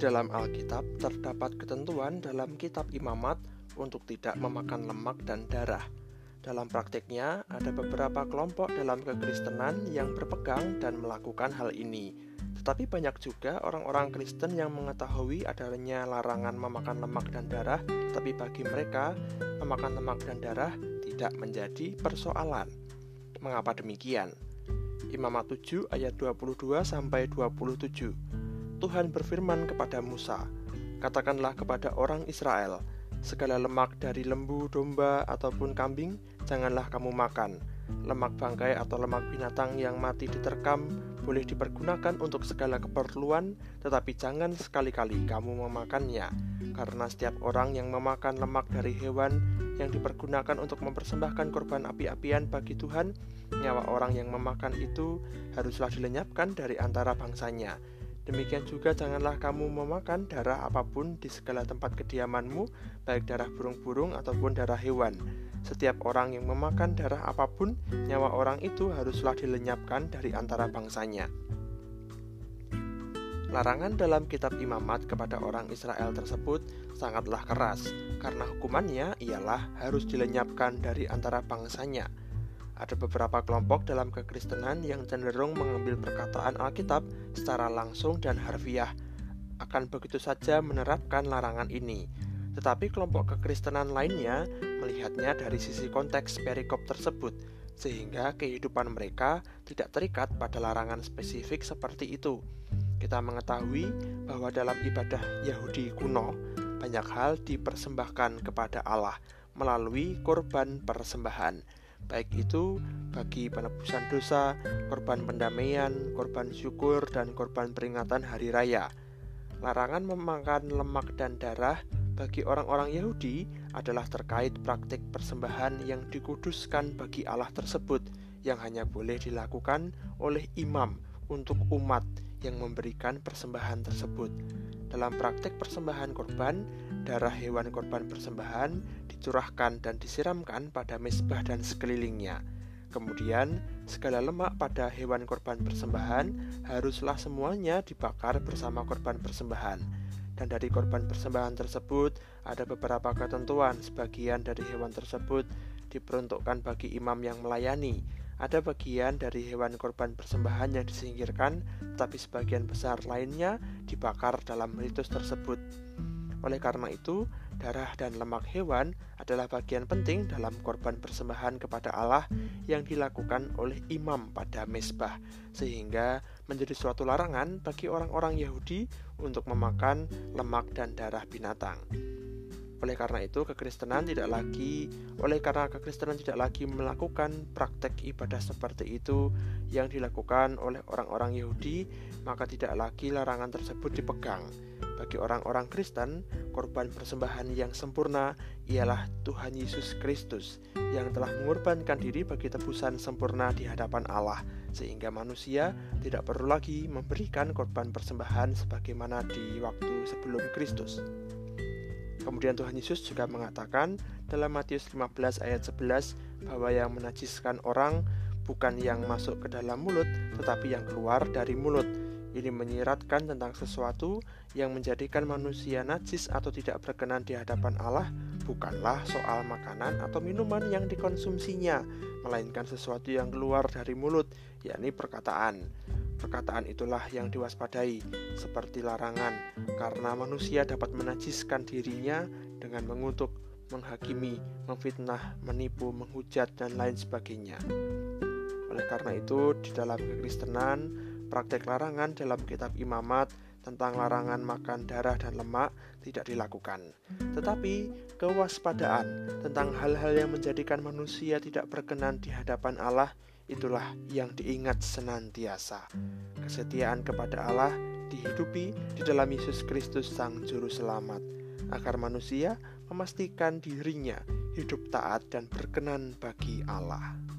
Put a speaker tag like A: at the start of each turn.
A: dalam Alkitab terdapat ketentuan dalam kitab Imamat untuk tidak memakan lemak dan darah. Dalam praktiknya, ada beberapa kelompok dalam kekristenan yang berpegang dan melakukan hal ini. Tetapi banyak juga orang-orang Kristen yang mengetahui adanya larangan memakan lemak dan darah, tapi bagi mereka, memakan lemak dan darah tidak menjadi persoalan. Mengapa demikian? Imamat 7 ayat 22-27. Tuhan berfirman kepada Musa, "Katakanlah kepada orang Israel, segala lemak dari lembu, domba, ataupun kambing, janganlah kamu makan. Lemak bangkai atau lemak binatang yang mati diterkam boleh dipergunakan untuk segala keperluan, tetapi jangan sekali-kali kamu memakannya. Karena setiap orang yang memakan lemak dari hewan yang dipergunakan untuk mempersembahkan korban api-apian bagi Tuhan, nyawa orang yang memakan itu haruslah dilenyapkan dari antara bangsanya. Demikian juga janganlah kamu memakan darah apapun di segala tempat kediamanmu, baik darah burung-burung ataupun darah hewan. Setiap orang yang memakan darah apapun, nyawa orang itu haruslah dilenyapkan dari antara bangsanya." Larangan dalam kitab Imamat kepada orang Israel tersebut sangatlah keras, karena hukumannya ialah harus dilenyapkan dari antara bangsanya. Ada beberapa kelompok dalam kekristenan yang cenderung mengambil perkataan Alkitab secara langsung dan harfiah, akan begitu saja menerapkan larangan ini. Tetapi kelompok kekristenan lainnya melihatnya dari sisi konteks perikop tersebut, sehingga kehidupan mereka tidak terikat pada larangan spesifik seperti itu. Kita mengetahui bahwa dalam ibadah Yahudi kuno, banyak hal dipersembahkan kepada Allah melalui korban persembahan, baik itu bagi penebusan dosa, korban pendamaian, korban syukur, dan korban peringatan hari raya. Larangan memakan lemak dan darah bagi orang-orang Yahudi adalah terkait praktik persembahan yang dikuduskan bagi Allah tersebut, yang hanya boleh dilakukan oleh imam untuk umat yang memberikan persembahan tersebut. Dalam praktik persembahan korban, darah hewan korban persembahan dicurahkan dan disiramkan pada mezbah dan sekelilingnya. Kemudian, segala lemak pada hewan korban persembahan haruslah semuanya dibakar bersama korban persembahan. Dan dari korban persembahan tersebut, ada beberapa ketentuan. Sebagian dari hewan tersebut diperuntukkan bagi imam yang melayani. Ada bagian dari hewan korban persembahan yang disingkirkan, tetapi sebagian besar lainnya dibakar dalam ritus tersebut. Oleh karena itu, darah dan lemak hewan adalah bagian penting dalam korban persembahan kepada Allah yang dilakukan oleh imam pada mezbah, sehingga menjadi suatu larangan bagi orang-orang Yahudi untuk memakan lemak dan darah binatang. Oleh karena kekristenan tidak lagi melakukan praktek ibadah seperti itu yang dilakukan oleh orang-orang Yahudi, maka tidak lagi larangan tersebut dipegang. Bagi orang-orang Kristen, korban persembahan yang sempurna ialah Tuhan Yesus Kristus yang telah mengorbankan diri bagi tebusan sempurna di hadapan Allah, sehingga manusia tidak perlu lagi memberikan korban persembahan sebagaimana di waktu sebelum Kristus. Kemudian Tuhan Yesus juga mengatakan dalam Matius 15 ayat 11 bahwa yang menajiskan orang bukan yang masuk ke dalam mulut, tetapi yang keluar dari mulut. Ini menyiratkan tentang sesuatu yang menjadikan manusia najis atau tidak berkenan di hadapan Allah, bukanlah soal makanan atau minuman yang dikonsumsinya, melainkan sesuatu yang keluar dari mulut, yakni perkataan. Perkataan itulah yang diwaspadai, seperti larangan, karena manusia dapat menajiskan dirinya dengan mengutuk, menghakimi, memfitnah, menipu, menghujat, dan lain sebagainya. Oleh karena itu, di dalam kekristenan, praktek larangan dalam kitab Imamat tentang larangan makan darah dan lemak tidak dilakukan. Tetapi kewaspadaan tentang hal-hal yang menjadikan manusia tidak berkenan di hadapan Allah, itulah yang diingat senantiasa. Kesetiaan kepada Allah dihidupi di dalam Yesus Kristus Sang Juru Selamat, agar manusia memastikan dirinya hidup taat dan berkenan bagi Allah.